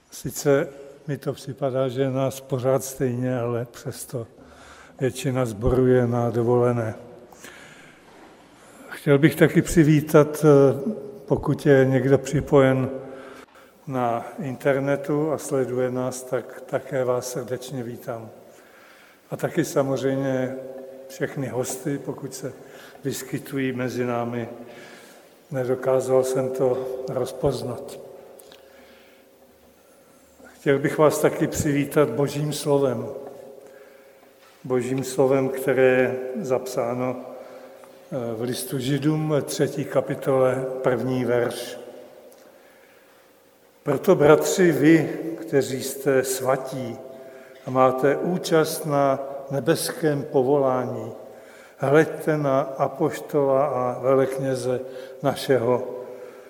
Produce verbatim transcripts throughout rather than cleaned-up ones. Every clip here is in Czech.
Sice mi to připadá, že je nás pořád stejně, ale přesto většina sboru je na dovolené. Chtěl bych taky přivítat, pokud je někdo připojen na internetu a sleduje nás, tak také vás srdečně vítám. A taky samozřejmě všechny hosty, pokud se vyskytují mezi námi. Nedokázal jsem to rozpoznat. Chtěl bych vás taky přivítat Božím slovem. Božím slovem, které je zapsáno v listu Židům, třetí kapitole, první verš. Proto, bratři, vy, kteří jste svatí a máte účast na nebeském povolání, hleďte na apoštola a velekněze našeho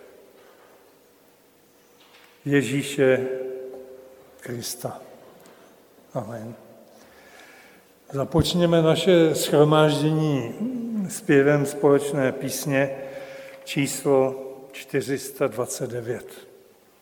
Ježíše Krista. Amen. Započněme naše shromáždění zpěvem společné písně číslo čtyři sta dvacet devět.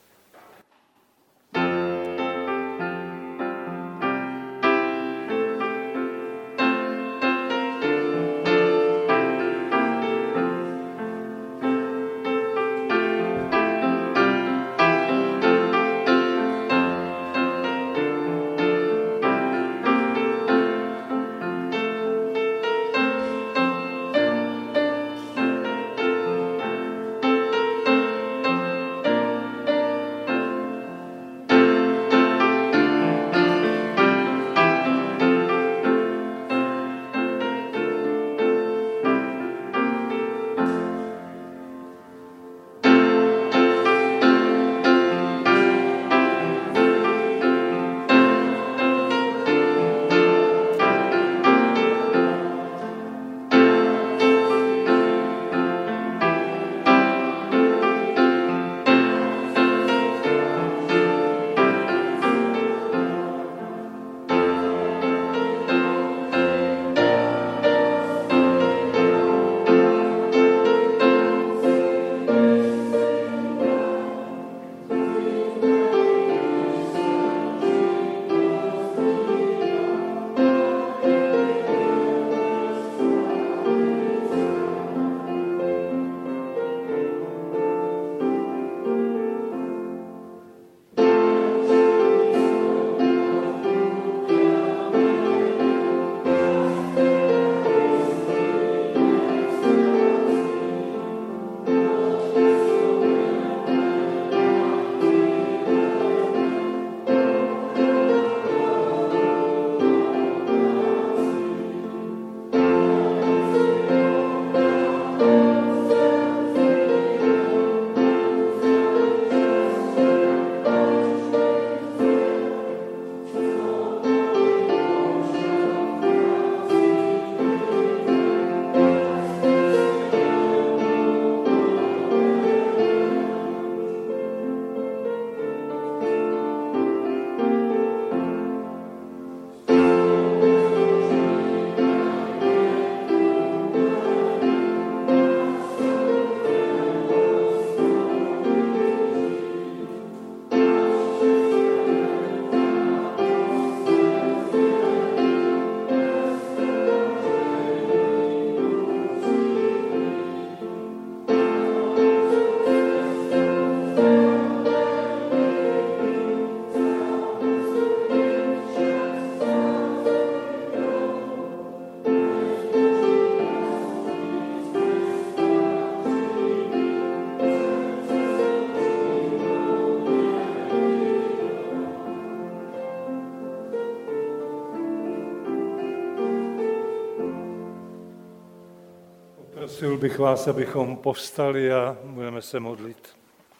Prosil bych vás, abychom povstali a budeme se modlit.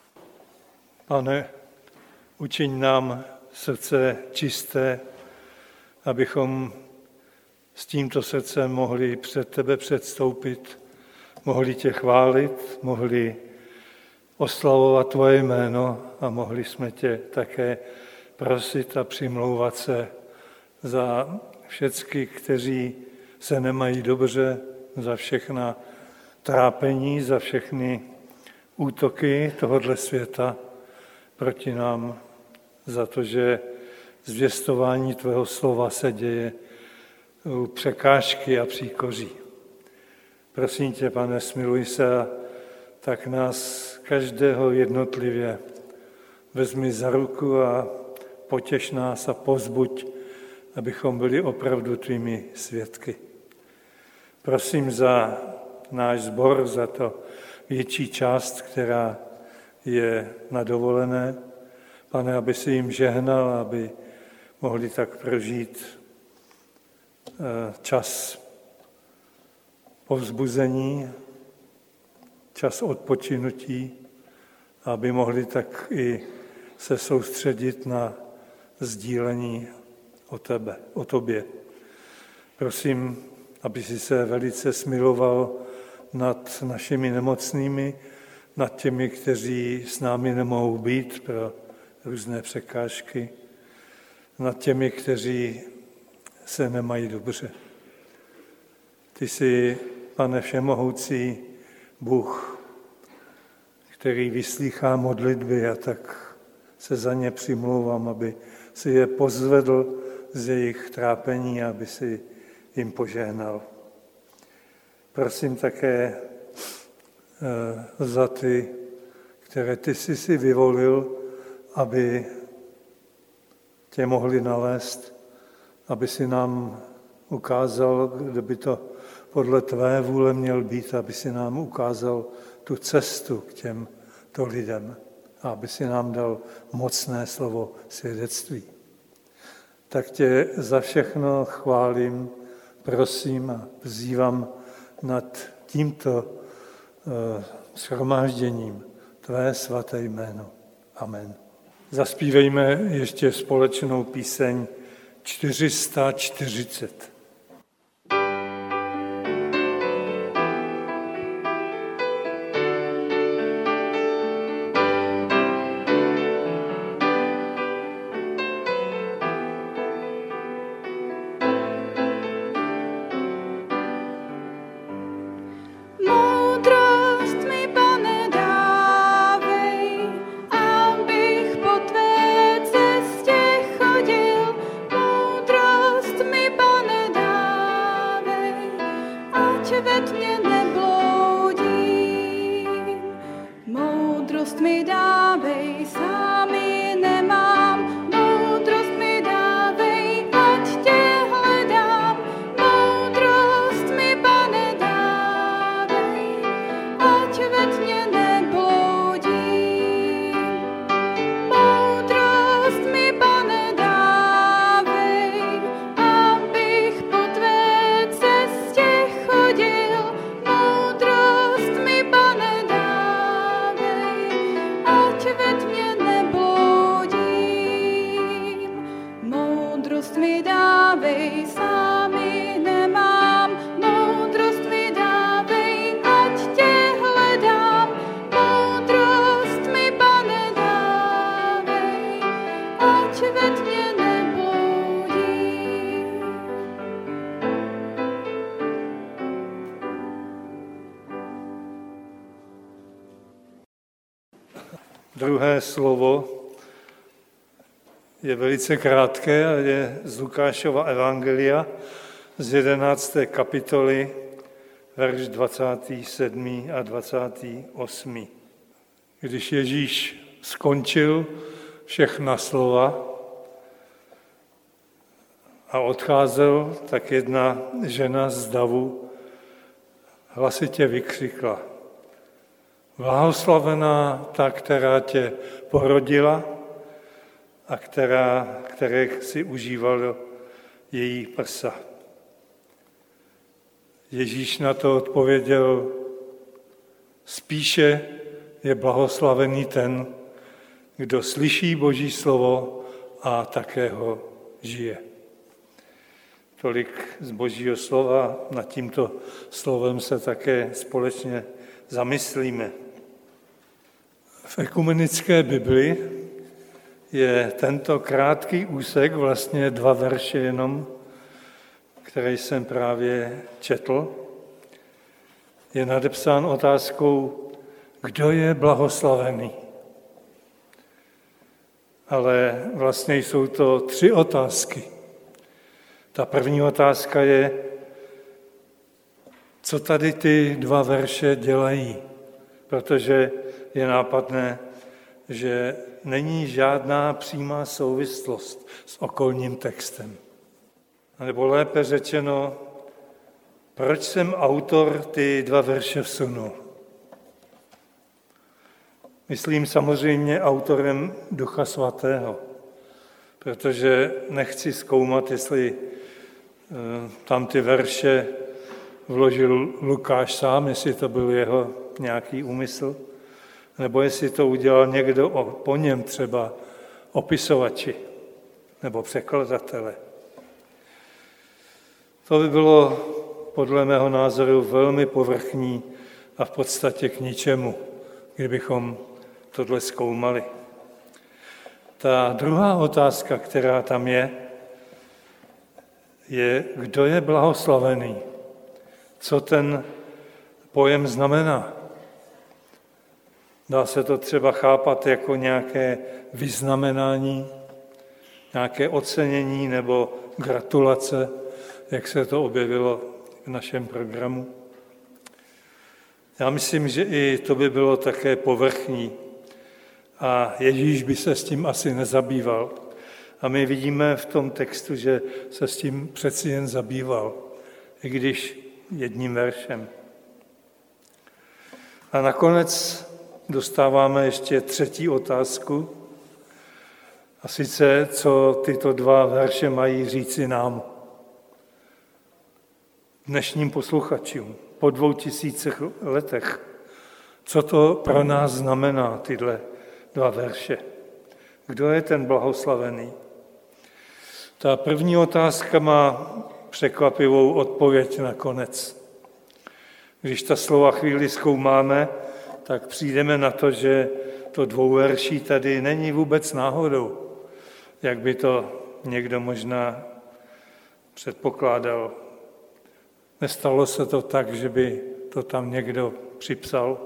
Pane, učiň nám srdce čisté, abychom s tímto srdcem mohli před tebe předstoupit, mohli tě chválit, mohli oslavovat tvoje jméno a mohli jsme tě také prosit a přimlouvat se za všecky, kteří se nemají dobře, za všechna trápení, za všechny útoky tohoto světa proti nám za to, že zvěstování tvého slova se děje u překážky a příkoří. Prosím tě, Pane, smiluj se a tak nás každého jednotlivě vezmi za ruku a potěš nás a povzbuď, abychom byli opravdu tvými svědky. Prosím za náš sbor, za to větší část, která je na dovolené. Pane, aby si jim žehnal, aby mohli tak prožít čas povzbuzení, čas odpočinutí, aby mohli tak i se soustředit na sdílení o tebe, o tobě. Prosím, aby si se velice smiloval nad našimi nemocnými, nad těmi, kteří s námi nemohou být pro různé překážky, nad těmi, kteří se nemají dobře. Ty jsi, Pane všemohoucí Bůh, který vyslýchá modlitby, a tak se za ně přimlouvám, aby si je pozvedl z jejich trápení, aby si jim požehnal. Prosím také za ty, které ty jsi si vyvolil, aby tě mohli nalézt, aby si nám ukázal, kde by to podle tvé vůle měl být, aby si nám ukázal tu cestu k těmto lidem a aby si nám dal mocné slovo svědectví. Tak tě za všechno chválím, prosím a vzývám nad tímto uh, shromážděním tvé svaté jméno. Amen. Zaspívejme ještě společnou píseň čtyři sta čtyřicet. Druhé slovo je velice krátké a je z Lukášova evangelia z jedenácté kapitoly, verš dvacátý sedmý a dvacátý osmý. Když Ježíš skončil všechna slova a odcházel, tak jedna žena z davu hlasitě vykřikla: Blahoslavená ta, která tě porodila a která, které si užíval její prsa. Ježíš na to odpověděl: spíše je blahoslavený ten, kdo slyší Boží slovo a také ho žije. Tolik z Božího slova, nad tímto slovem se také společně zamyslíme. V ekumenické Bibli je tento krátký úsek, vlastně dva verše jenom, které jsem právě četl, je nadepsán otázkou, kdo je blahoslavený. ale vlastně jsou to tři otázky. Ta první otázka je, co tady ty dva verše dělají, protože je nápadné, že není žádná přímá souvislost s okolním textem. A nebo lépe řečeno, proč jsem autor ty dva verše vsunul? Myslím samozřejmě autorem Ducha Svatého, protože nechci zkoumat, jestli tam ty verše vložil Lukáš sám, jestli to byl jeho nějaký úmysl, nebo jestli to udělal někdo po něm, třeba opisovači nebo překladatele. To by bylo podle mého názoru velmi povrchní a v podstatě k ničemu, kdybychom tohle zkoumali. Ta druhá otázka, která tam je, je, kdo je blahoslavený. Co ten pojem znamená? Dá se to třeba chápat jako nějaké vyznamenání, nějaké ocenění nebo gratulace, jak se to objevilo v našem programu. Já myslím, že i to by bylo také povrchní a Ježíš by se s tím asi nezabýval. A my vidíme v tom textu, že se s tím přeci jen zabýval, i když jedním veršem. A nakonec dostáváme ještě třetí otázku, a sice, co tyto dva verše mají říci nám, dnešním posluchačům, po dvou tisících letech. Co to pro nás znamená, tyhle dva verše? Kdo je ten blahoslavený? Ta první otázka má překvapivou odpověď nakonec. Když ta slova chvíli zkoumáme, tak přijdeme na to, že to dvouverší tady není vůbec náhodou, jak by to někdo možná předpokládal. Nestalo se to tak, že by to tam někdo připsal,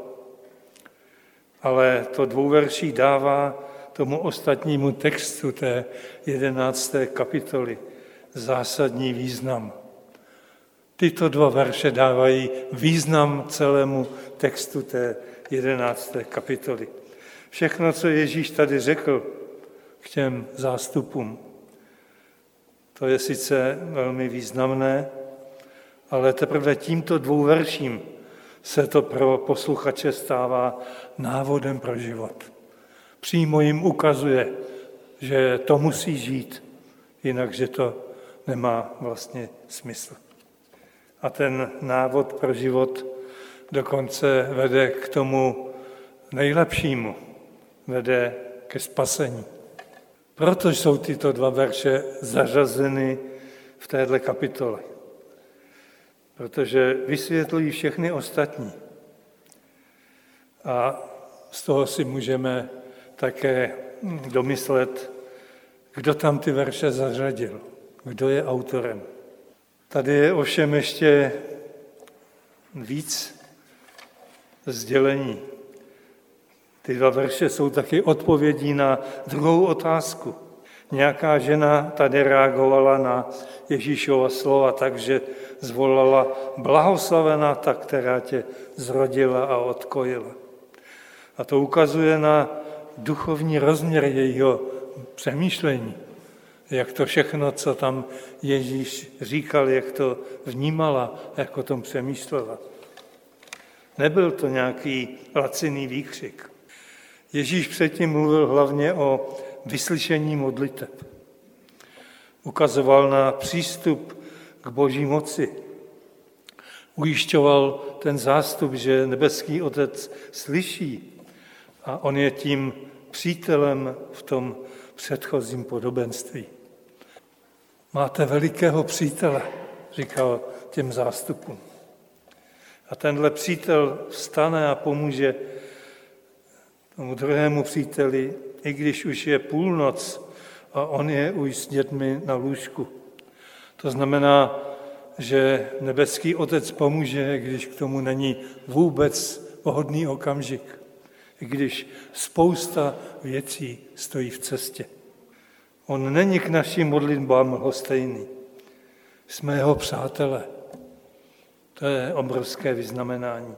ale to dvouverší dává tomu ostatnímu textu té jedenácté kapitoly zásadní význam. Tyto dva verše dávají význam celému textu té jedenácté kapitoly. Všechno, co Ježíš tady řekl k těm zástupům, to je sice velmi významné, ale teprve tímto dvou verším se to pro posluchače stává návodem pro život. Přímo jim ukazuje, že to musí žít, jinak, že to nemá vlastně smysl. A ten návod pro život dokonce vede k tomu nejlepšímu, vede ke spasení. Proto jsou tyto dva verše zařazeny v téhle kapitole. Protože vysvětlují všechny ostatní. A z toho si můžeme také domyslet, kdo tam ty verše zařadil, kdo je autorem. Tady je ovšem ještě víc sdělení. Ty dva verše jsou taky odpovědí na druhou otázku. Nějaká žena tady reagovala na Ježíšova slova, takže zvolala blahoslavená ta, která tě zrodila a odkojila. A to ukazuje na duchovní rozměr jejího přemýšlení, jak to všechno, co tam Ježíš říkal, jak to vnímala, jak o tom přemýšlela. Nebyl to nějaký laciný výkřik. Ježíš předtím mluvil hlavně o vyslyšení modliteb. Ukazoval na přístup k boží moci. Ujišťoval ten zástup, že nebeský Otec slyší a on je tím přítelem v tom předchozím podobenství. Máte velikého přítele, říkal těm zástupům. A tenhle přítel vstane a pomůže tomu druhému příteli, i když už je půlnoc a on je už s dětmi na lůžku. To znamená, že nebeský Otec pomůže, když k tomu není vůbec vhodný okamžik. i když spousta věcí stojí v cestě. On není k našim modlitbám lhostejný. Jsme jeho přátelé. To je obrovské vyznamenání.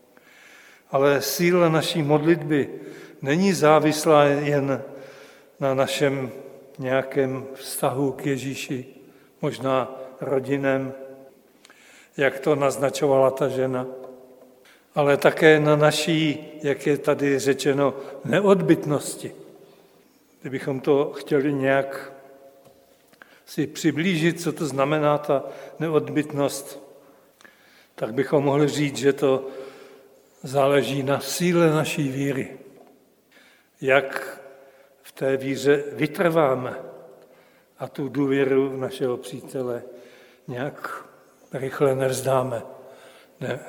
Ale síla naší modlitby není závislá jen na našem nějakém vztahu k Ježíši, možná rodinném, jak to naznačovala ta žena, ale také na naší, jak je tady řečeno, neodbytnosti. Kdybychom to chtěli nějak si přiblížit, co to znamená ta neodbytnost, tak bychom mohli říct, že to záleží na síle naší víry. Jak v té víře vytrváme a tu důvěru našeho přítele nějak rychle nevzdáme, ne,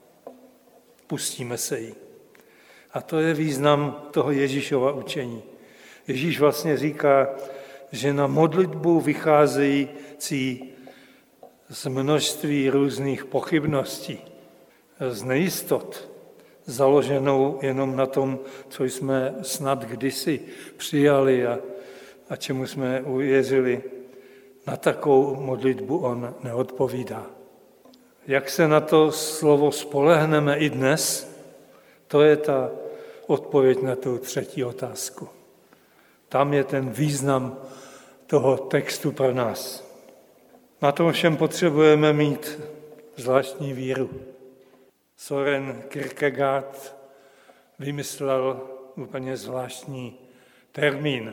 pustíme se jí. A to je význam toho Ježíšova učení. Ježíš vlastně říká, že na modlitbu vycházející z množství různých pochybností, z nejistot, založenou jenom na tom, co jsme snad kdysi přijali a, a čemu jsme uvěřili, na takovou modlitbu on neodpovídá. Jak se na to slovo spolehneme i dnes, to je ta odpověď na tu třetí otázku. Tam je ten význam toho textu pro nás. Na tom všem potřebujeme mít zvláštní víru. Søren Kierkegaard vymyslel úplně zvláštní termín.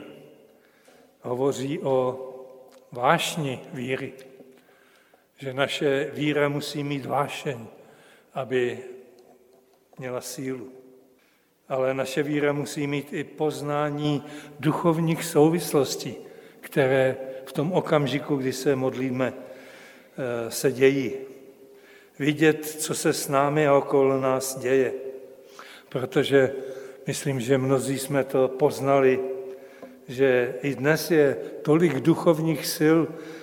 Hovoří o vášni víry, že naše víra musí mít vášeň, aby měla sílu. Ale naše víra musí mít i poznání duchovních souvislostí, které v tom okamžiku, kdy se modlíme, se dějí. Vidět, co se s námi a okolo nás děje. Protože myslím, že mnozí jsme to poznali, že i dnes je tolik duchovních sil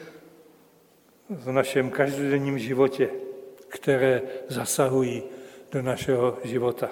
v našem každodenním životě, které zasahují do našeho života.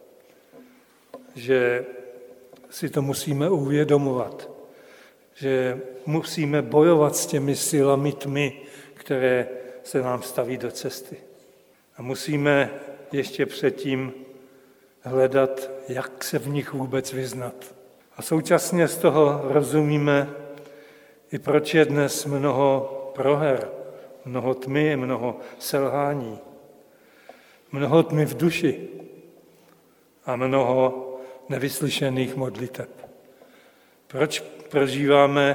Že si to musíme uvědomovat, že musíme bojovat s těmi silami tmy, které se nám staví do cesty. A musíme ještě předtím hledat, jak se v nich vůbec vyznat. A současně z toho rozumíme, i proč je dnes mnoho proher, mnoho tmy, mnoho selhání, mnoho tmy v duši a mnoho nevyslyšených modliteb. Proč prožíváme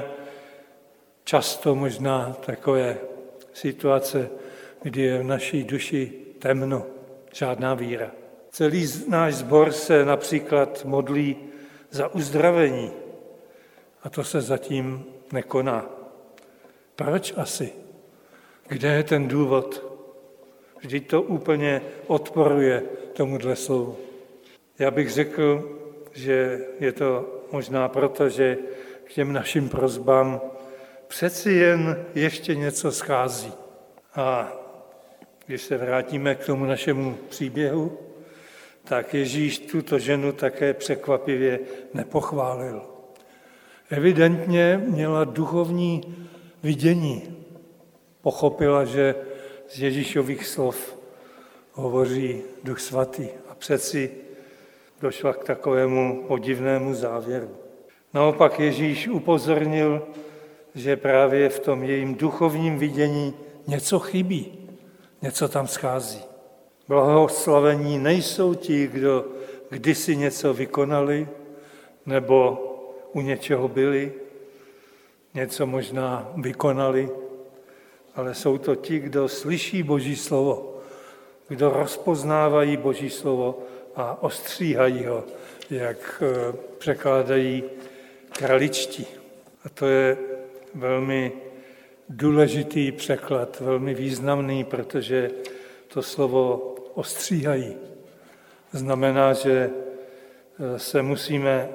často možná takové situace, kdy je v naší duši temno, žádná víra. Celý náš sbor se například modlí za uzdravení a to se zatím nekoná. Proč asi? Kde je ten důvod? Vždyť to úplně odporuje tomuhle slovu. Já bych řekl, že je to možná proto, že k těm našim prosbám přeci jen ještě něco schází. A když se vrátíme k tomu našemu příběhu, tak Ježíš tuto ženu také překvapivě nepochválil. Evidentně měla duchovní vidění. Pochopila, že z Ježíšových slov hovoří Duch Svatý a přeci došla k takovému podivnému závěru. Naopak Ježíš upozornil, že právě v tom jejím duchovním vidění něco chybí, něco tam schází. Blahoslavení nejsou ti, kdo kdysi něco vykonali nebo u něčeho byli, něco možná vykonali, ale jsou to ti, kdo slyší Boží slovo, kdo rozpoznávají Boží slovo a ostříhají ho, jak překládají kraličtí. A to je velmi důležitý překlad, velmi významný, protože to slovo ostříhají znamená, že se musíme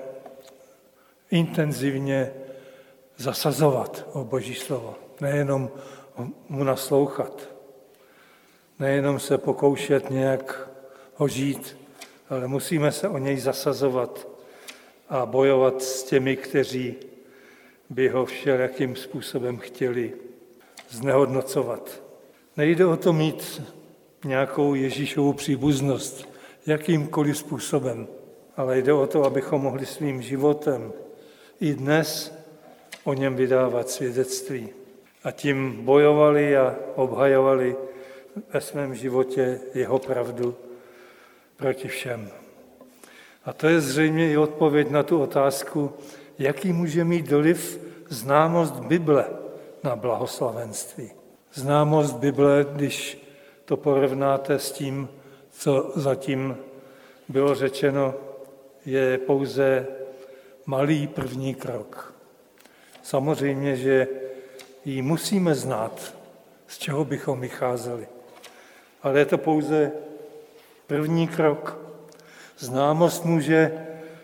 intenzivně zasazovat o Boží slovo, nejenom mu naslouchat, nejenom se pokoušet nějak ho žít ale musíme se o něj zasazovat a bojovat s těmi, kteří by ho všelijakým způsobem chtěli znehodnocovat. Nejde o to mít nějakou Ježíšovu příbuznost, jakýmkoliv způsobem, ale jde o to, abychom mohli svým životem i dnes o něm vydávat svědectví. A tím bojovali a obhajovali ve svém životě jeho pravdu proti všem. A to je zřejmě i odpověď na tu otázku, jaký může mít vliv známost Bible na blahoslavenství. Známost Bible, když to porovnáte s tím, co zatím bylo řečeno, je pouze malý první krok. Samozřejmě, že ji musíme znát, z čeho bychom vycházeli. Ale je to pouze první krok. Známost může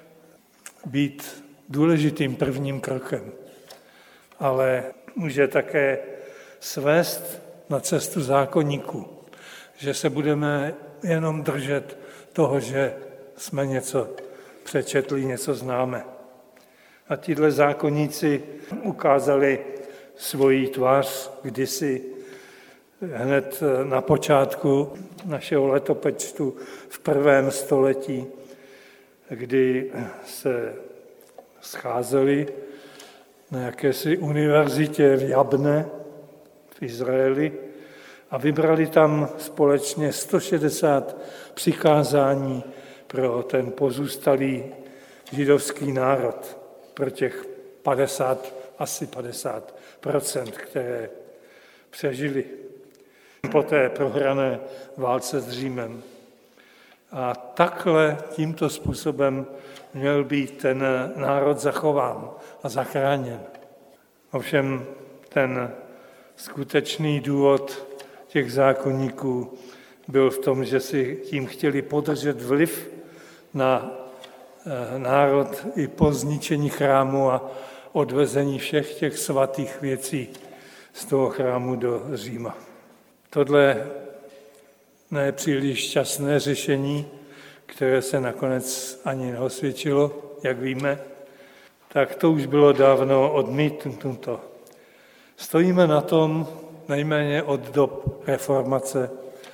být důležitým prvním krokem, ale může také svést na cestu zákonníků, že se budeme jenom držet toho, že jsme něco přečetli, něco známe. A tihle zákonníci ukázali svoji tvář kdysi hned na počátku našeho letopočtu v prvém století, kdy se scházeli na jakési univerzitě v Jabne v Izraeli a vybrali tam společně sto šedesát přikázání pro ten pozůstalý židovský národ, pro těch padesát, asi padesát procent, které přežili po té prohrané válce s Římem. A takhle, tímto způsobem měl být ten národ zachován a zachráněn. Ovšem ten skutečný důvod těch zákonníků byl v tom, že si tím chtěli podržet vliv na národ i po zničení chrámu a odvezení všech těch svatých věcí z toho chrámu do Říma. Tohle ne příliš šťastné řešení, které se nakonec ani neosvědčilo, jak víme, tak to už bylo dávno odmítnuto. Stojíme na tom nejméně od dob reformace,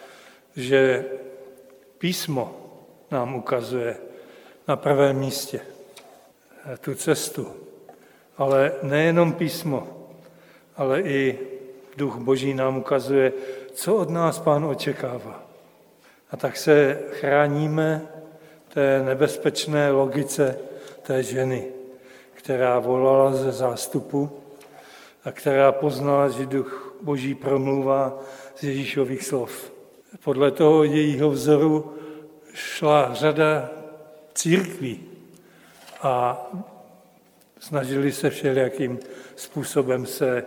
že písmo nám ukazuje na prvém místě tu cestu. Ale nejenom písmo, ale i Duch Boží nám ukazuje, co od nás Pán očekává. A tak se chráníme té nebezpečné logice té ženy, která volala ze zástupu a která poznala, že Duch Boží promluvá z Ježíšových slov. Podle toho jejího vzoru šla řada církví a snažili se všelijakým způsobem se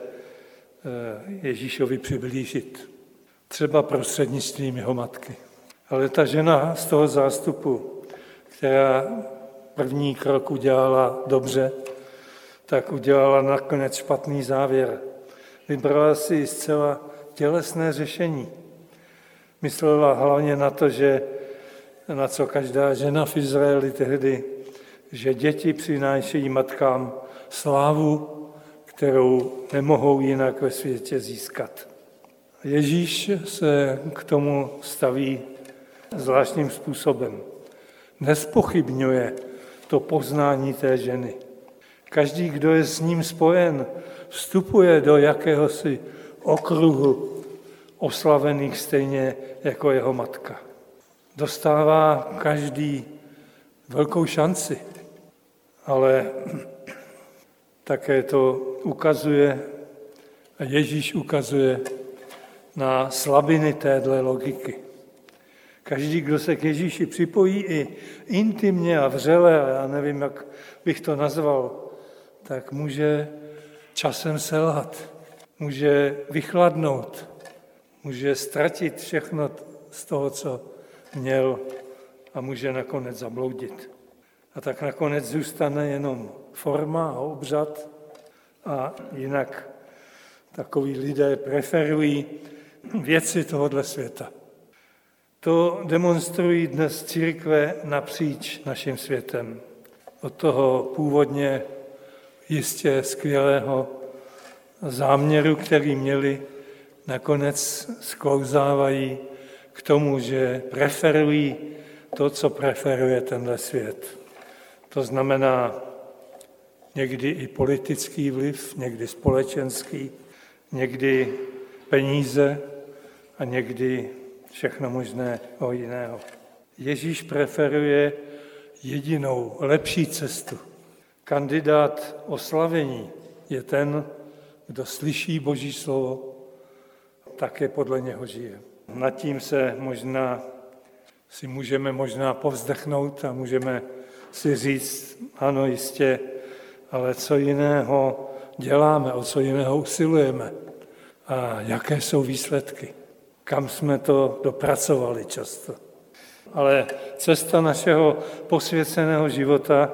Ježíšovi přiblížit. Třeba prostřednictvím jeho matky. Ale ta žena z toho zástupu, která první krok udělala dobře, tak udělala nakonec špatný závěr. Vybrala si zcela tělesné řešení. Myslela hlavně na to, že na co každá žena v Izraeli tehdy, že děti přinášejí matkám slávu, kterou nemohou jinak ve světě získat. Ježíš se k tomu staví zvláštním způsobem. Nezpochybňuje to poznání té ženy. Každý, kdo je s ním spojen, vstupuje do jakéhosi okruhu oslavených stejně jako jeho matka. Dostává každý velkou šanci, ale také to ukazuje, a Ježíš ukazuje na slabiny téhle logiky. Každý, kdo se k Ježíši připojí i intimně a vřele, a já nevím, jak bych to nazval, tak může časem selhat, může vychladnout, může ztratit všechno z toho, co měl a může nakonec zabloudit. A tak nakonec zůstane jenom forma a obřad a jinak takoví lidé preferují věci tohoto světa. To demonstrují dnes církve napříč naším světem. Od toho původně jistě skvělého záměru, který měli, nakonec sklouzávají k tomu, že preferují to, co preferuje tenhle svět. To znamená někdy i politický vliv, někdy společenský, někdy peníze a někdy všechno možného jiného. Ježíš preferuje jedinou, lepší cestu. Kandidát oslavení je ten, kdo slyší Boží slovo, také podle něho žije. Nad tím se možná si můžeme možná povzdechnout a můžeme si říct, ano, jistě, ale co jiného děláme, o co jiného usilujeme a jaké jsou výsledky, kam jsme to dopracovali často. Ale cesta našeho posvěceného života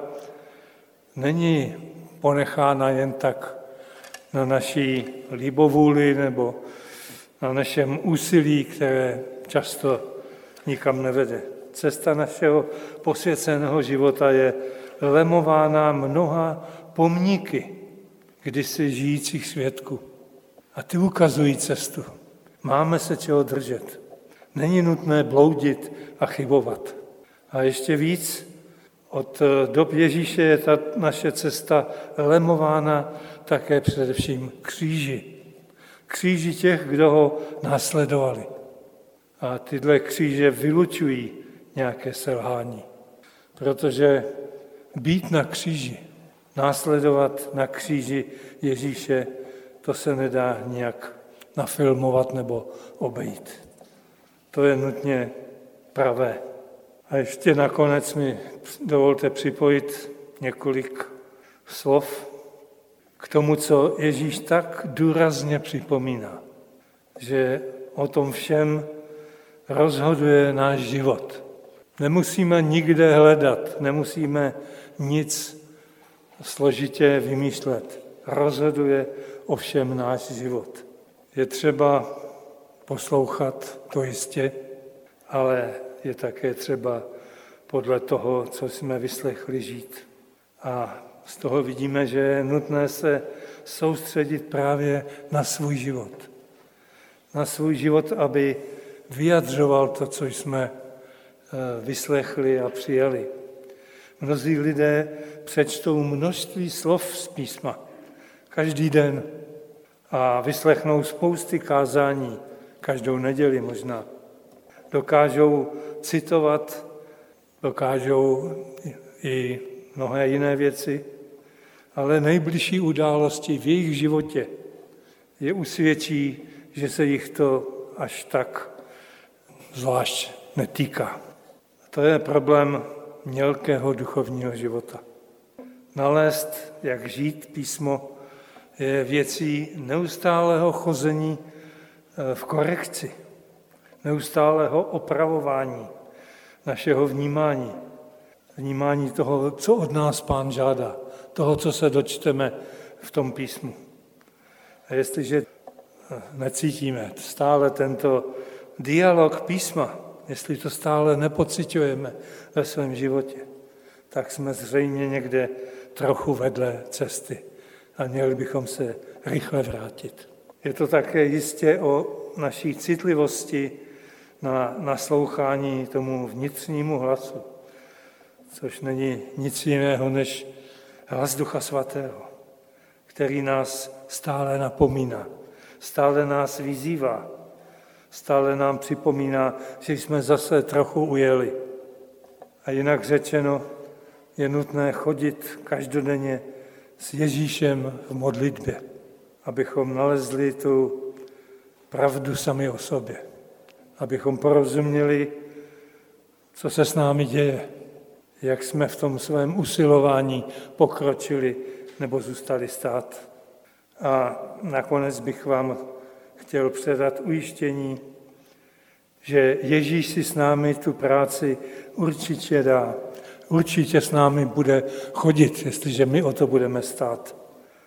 není ponechána jen tak na naší libovůli nebo na našem úsilí, které často nikam nevede. Cesta našeho posvěceného života je lemována mnoha pomníky kdysi žijících svědků. A ty ukazují cestu. Máme se čeho držet. Není nutné bloudit a chybovat. A ještě víc, od dob Ježíše je ta naše cesta lemována také především kříži. Kříži těch, kdo ho následovali. A tyhle kříže vylučují nějaké selhání. Protože být na kříži, následovat na kříži Ježíše, to se nedá nějak nafilmovat nebo obejít. To je nutně pravé. A ještě nakonec mi dovolte připojit několik slov k tomu, co Ježíš tak důrazně připomíná, že o tom všem rozhoduje náš život. Nemusíme nikde hledat, nemusíme nic složitě vymýšlet. Rozhoduje o všem náš život. Je třeba poslouchat, to jistě, ale je také třeba podle toho, co jsme vyslechli, žít. A z toho vidíme, že je nutné se soustředit právě na svůj život. Na svůj život, aby vyjadřoval to, co jsme vyslechli a přijali. Mnozí lidé přečtou množství slov z písma každý den a vyslechnou spousty kázání, každou neděli možná. Dokážou citovat, dokážou i mnohé jiné věci, ale nejbližší události v jejich životě je usvědčí, že se jich to až tak zvlášť netýká. To je problém mělkého duchovního života. Nalézt, jak žít písmo, je věcí neustálého chození v korekci, neustálého opravování našeho vnímání, vnímání toho, co od nás Pán žádá, toho, co se dočteme v tom písmu. A jestliže necítíme stále tento dialog písma, jestli to stále nepociťujeme ve svém životě, tak jsme zřejmě někde trochu vedle cesty a měli bychom se rychle vrátit. Je to také jistě o naší citlivosti na naslouchání tomu vnitřnímu hlasu, což není nic jiného než hlas Ducha Svatého, který nás stále napomíná, stále nás vyzývá, stále nám připomíná, že jsme zase trochu ujeli. A jinak řečeno, je nutné chodit každodenně s Ježíšem v modlitbě, abychom nalezli tu pravdu sami o sobě, abychom porozuměli, co se s námi děje, jak jsme v tom svém usilování pokročili nebo zůstali stát. A nakonec bych vám chtěl předat ujištění, že Ježíš si s námi tu práci určitě dá. Určitě s námi bude chodit, jestliže my o to budeme stát.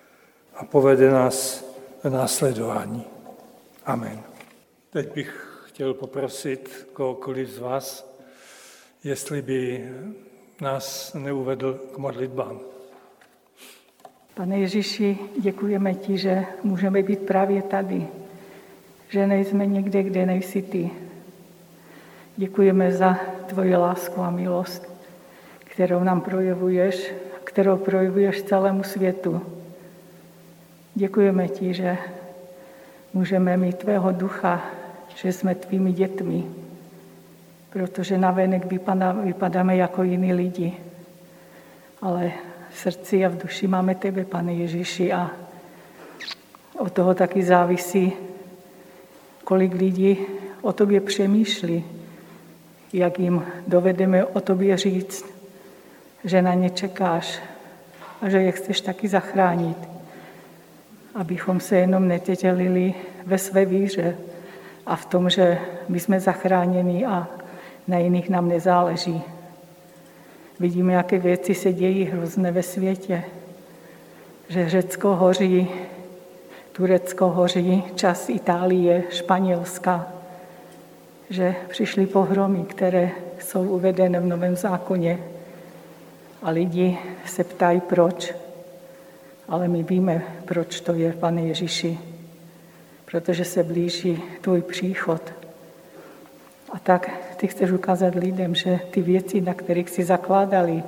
A povede nás v následování. Amen. Teď bych chtěl poprosit kohokoliv z vás, jestli by nás neuvedl k modlitbám. Pane Ježíši, děkujeme ti, že můžeme být právě tady, že nejsme někde, kde nejsi ty. Děkujeme za tvoji lásku a milost, kterou nám projevuješ, kterou projevuješ celému světu. Děkujeme ti, že můžeme mít tvého ducha, že jsme tvými dětmi, protože navenek vypadáme jako jiní lidi. Ale v srdci a v duši máme tebe, Pane Ježíši, a od toho taky závisí, kolik lidí o tobě přemýšlí, jak jim dovedeme o tobě říct, že na ně čekáš a že je chceš taky zachránit, abychom se jenom netětelili ve své víře a v tom, že my jsme zachráněni a na jiných nám nezáleží. Vidíme, jaké věci se dějí hrozné ve světě, že Řecko hoří, Turecko hoří, čas Itálie, Španělska, že přišly pohromy, které jsou uvedené v Novém zákoně a lidi se ptají, proč. Ale my víme, proč to je, Pane Ježíši, protože se blíží tvůj příchod. A tak ty chceš ukázat lidem, že ty věci, na kterých si zakládali,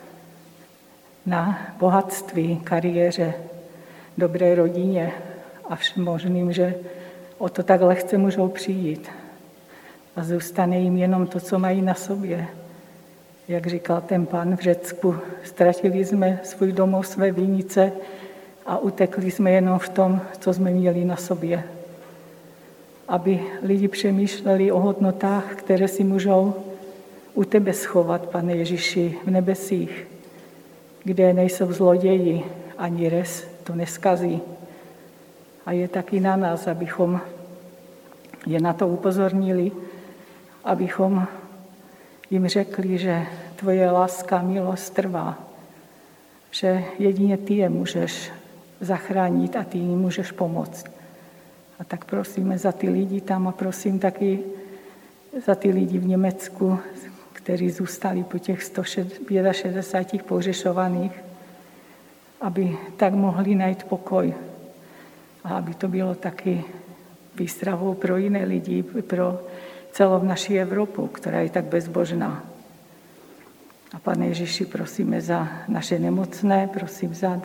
na bohatství, kariéře, dobré rodině a všem možným, že o to tak lehce můžou přijít. A zůstane jim jenom to, co mají na sobě. Jak říkal ten pán v Řecku, ztratili jsme svůj domov, své vinice a utekli jsme jenom v tom, co jsme měli na sobě. Aby lidi přemýšleli o hodnotách, které si můžou u tebe schovat, Pane Ježíši, v nebesích, kde nejsou zloději, ani res to neskazí. A je taky na nás, abychom je na to upozornili, abychom jim řekli, že tvoje láska, milost trvá, že jedině ty je můžeš zachránit a ty jim můžeš pomoct. A tak prosíme za ty lidi tam a prosím taky za ty lidi v Německu, kteří zůstali po těch sto šedesáti pěti pohřešovaných, aby tak mohli najít pokoj a aby to bylo taky výstravou pro jiné lidi, pro celou naši Evropu, která je tak bezbožná. A Pane Ježíši, prosíme za naše nemocné, prosím za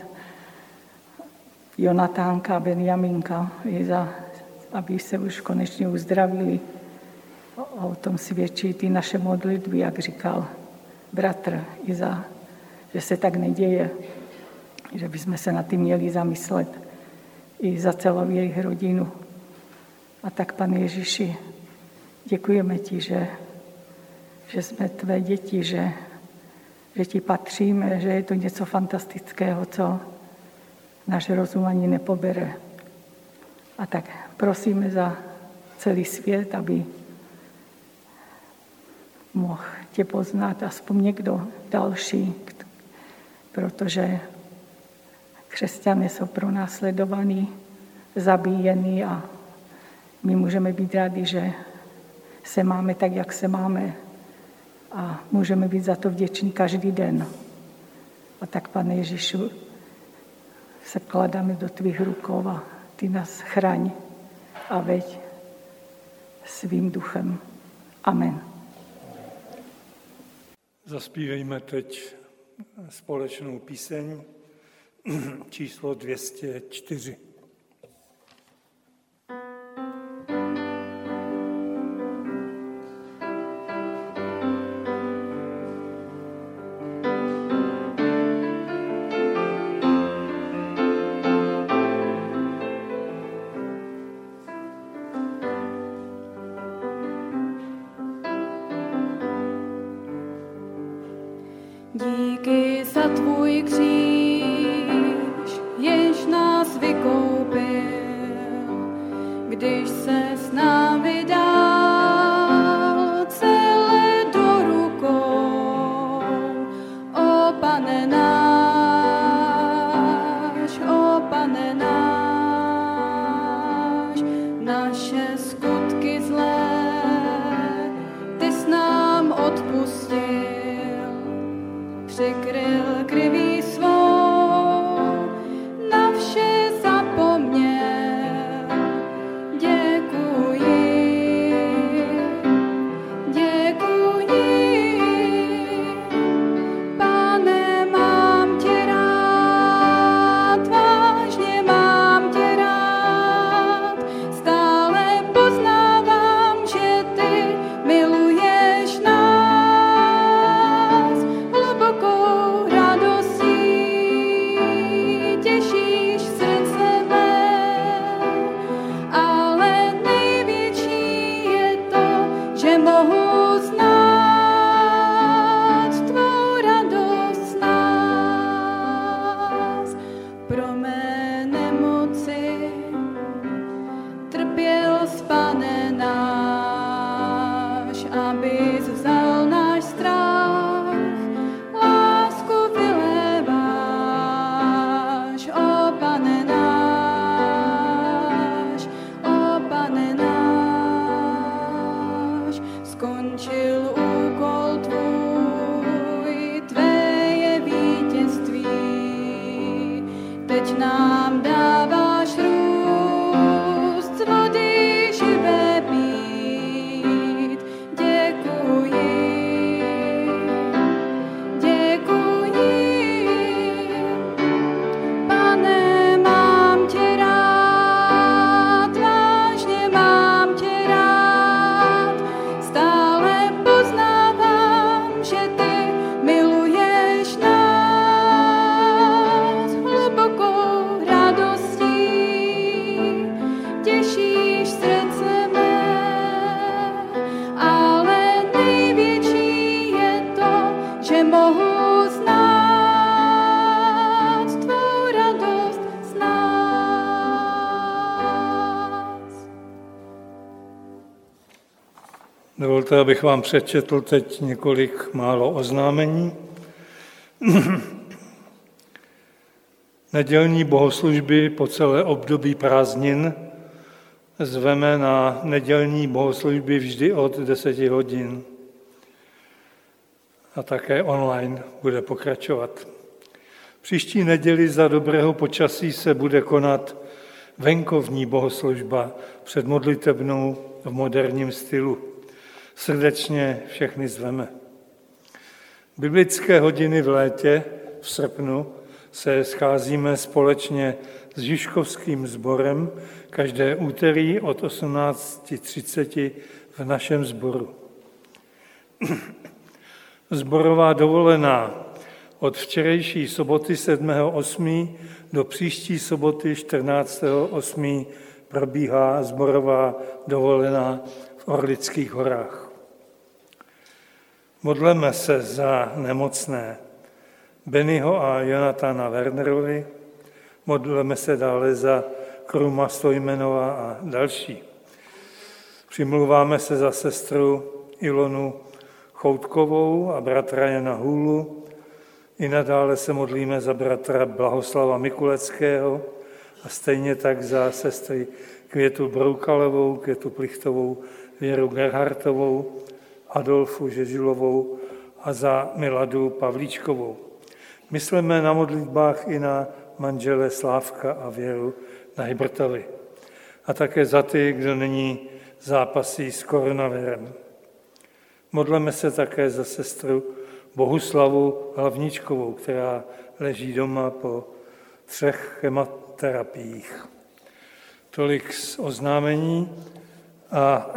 Jonatánka a Benjamínka, i za, aby se už konečně uzdravili. A o tom svědčí ty naše modlitby, jak říkal bratr, i za, že se tak neděje, že bychom se na tím měli zamyslet, i za celou jejich rodinu. A tak, Pane Ježíši, děkujeme ti, že, že jsme tvé děti, že, že ti patříme, že je to něco fantastického, co náš rozum ani nepobere. A tak prosíme za celý svět, aby mohl tě poznat aspoň někdo další, protože křesťané jsou pronásledovaní, zabíjení a my můžeme být rádi, že se máme tak, jak se máme a můžeme být za to vděční každý den. A tak, Pane Ježíšu, se vkládáme do tvých rukou a ty nás chraň a veď svým duchem. Amen. Zaspívejme teď společnou píseň číslo dvě stě čtyři. Díky za tvůj kříž, jenž nás vykoupil, když se s námi dal celé do rukou. O Pane náš, o Pane náš, naše skutky zlé Dovolte, abych vám přečetl teď několik málo oznámení. Nedělní bohoslužby po celé období prázdnin zveme na nedělní bohoslužby vždy od deseti hodin. A také online bude pokračovat. Příští neděli za dobrého počasí se bude konat venkovní bohoslužba před modlitebnou v moderním stylu. Srdečně všechny zveme. Biblické hodiny v létě v srpnu se scházíme společně s Žižkovským sborem každé úterý od osmnáct třicet v našem sboru. Sborová dovolená od včerejší soboty sedmého osmého do příští soboty čtrnáctého osmého probíhá sborová dovolená v Orlických horách. Modleme se za nemocné Bennyho a Jonathana Wernerovi, modleme se dále za Kruma Stojmenova a další. Přimluváme se za sestru Ilonu Choutkovou a bratra Jana Hůlu. I nadále se modlíme za bratra Blahoslava Mikuleckého a stejně tak za sestry Květu Broukalovou, Květu Plichtovou, Věru Gerhartovou, Adolfu Žežilovou a za Miladu Pavlíčkovou. Myslíme na modlitbách i na manžele Slávka a Věru Najbrtovi. A také za ty, kdo nyní zápasí s koronavirem. Modleme se také za sestru Bohuslavu Hlavničkovou, která leží doma po třech chemoterapiích. Tolik z oznámení a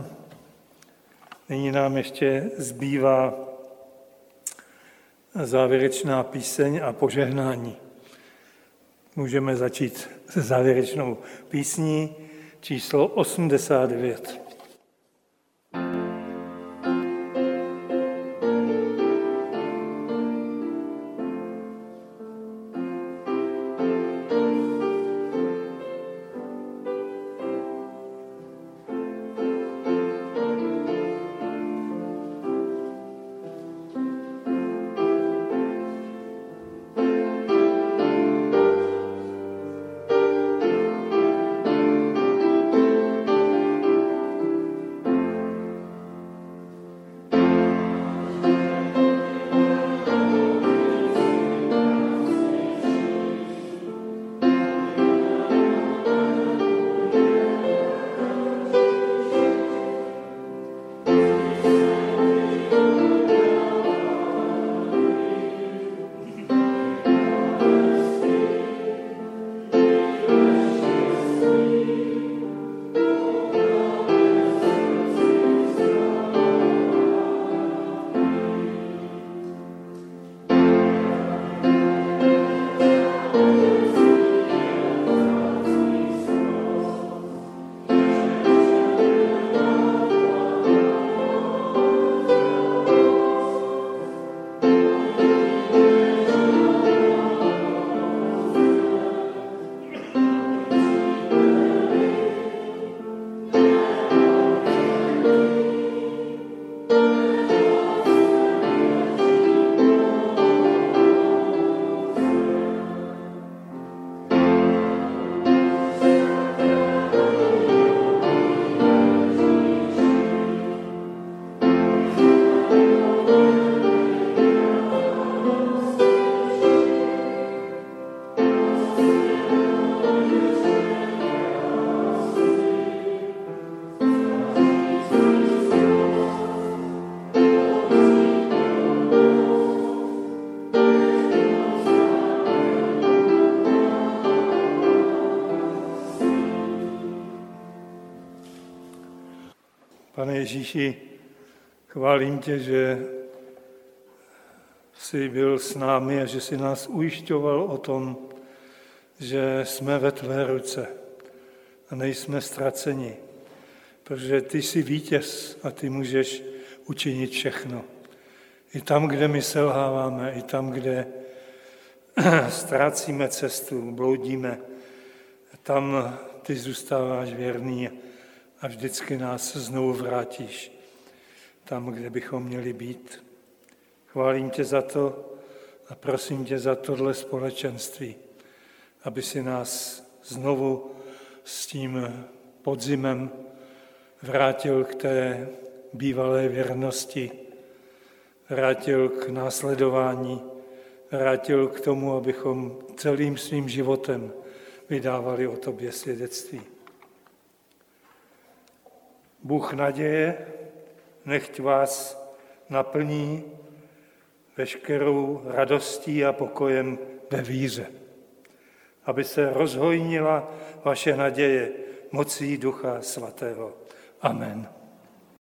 nyní nám ještě zbývá závěrečná píseň a požehnání. Můžeme začít se závěrečnou písní číslo osmdesát devět. Pane Ježíši, chválím tě, že jsi byl s námi a že jsi nás ujišťoval o tom, že jsme ve tvé ruce a nejsme ztraceni, protože ty jsi vítěz a ty můžeš učinit všechno. I tam, kde my selháváme, i tam, kde ztrácíme cestu, bloudíme, tam ty zůstáváš věrný a vždycky nás znovu vrátíš. tam, kde bychom měli být. Chválím tě za to a prosím tě za tohle společenství, aby si nás znovu s tím podzimem vrátil k té bývalé věrnosti, vrátil k následování, vrátil k tomu, abychom celým svým životem vydávali o tobě svědectví. Bůh naděje, nechť vás naplní veškerou radostí a pokojem ve víře, aby se rozhojnila vaše naděje mocí Ducha Svatého. Amen.